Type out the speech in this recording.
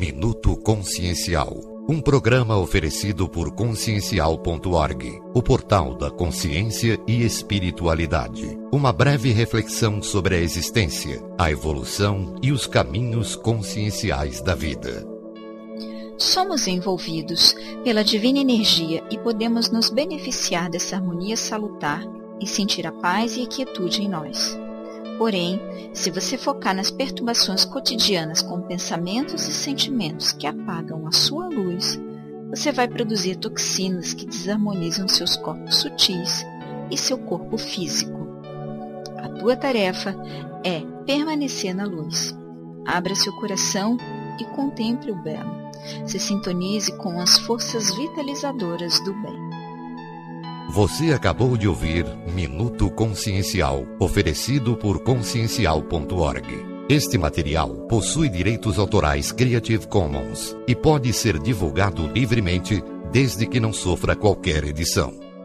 Minuto Consciencial. Um programa oferecido por consciencial.org, o portal da consciência e espiritualidade. Uma breve reflexão sobre a existência, a evolução e os caminhos conscienciais da vida. Somos envolvidos pela divina energia e podemos nos beneficiar dessa harmonia salutar e sentir a paz e a quietude em nós. Porém, se você focar nas perturbações cotidianas com pensamentos e sentimentos que apagam a sua luz, você vai produzir toxinas que desarmonizam seus corpos sutis e seu corpo físico. A tua tarefa é permanecer na luz. Abra seu coração e contemple o belo. Se sintonize com as forças vitalizadoras do bem. Você acabou de ouvir Minuto Consciencial, oferecido por consciencial.org. Este material possui direitos autorais Creative Commons e pode ser divulgado livremente desde que não sofra qualquer edição.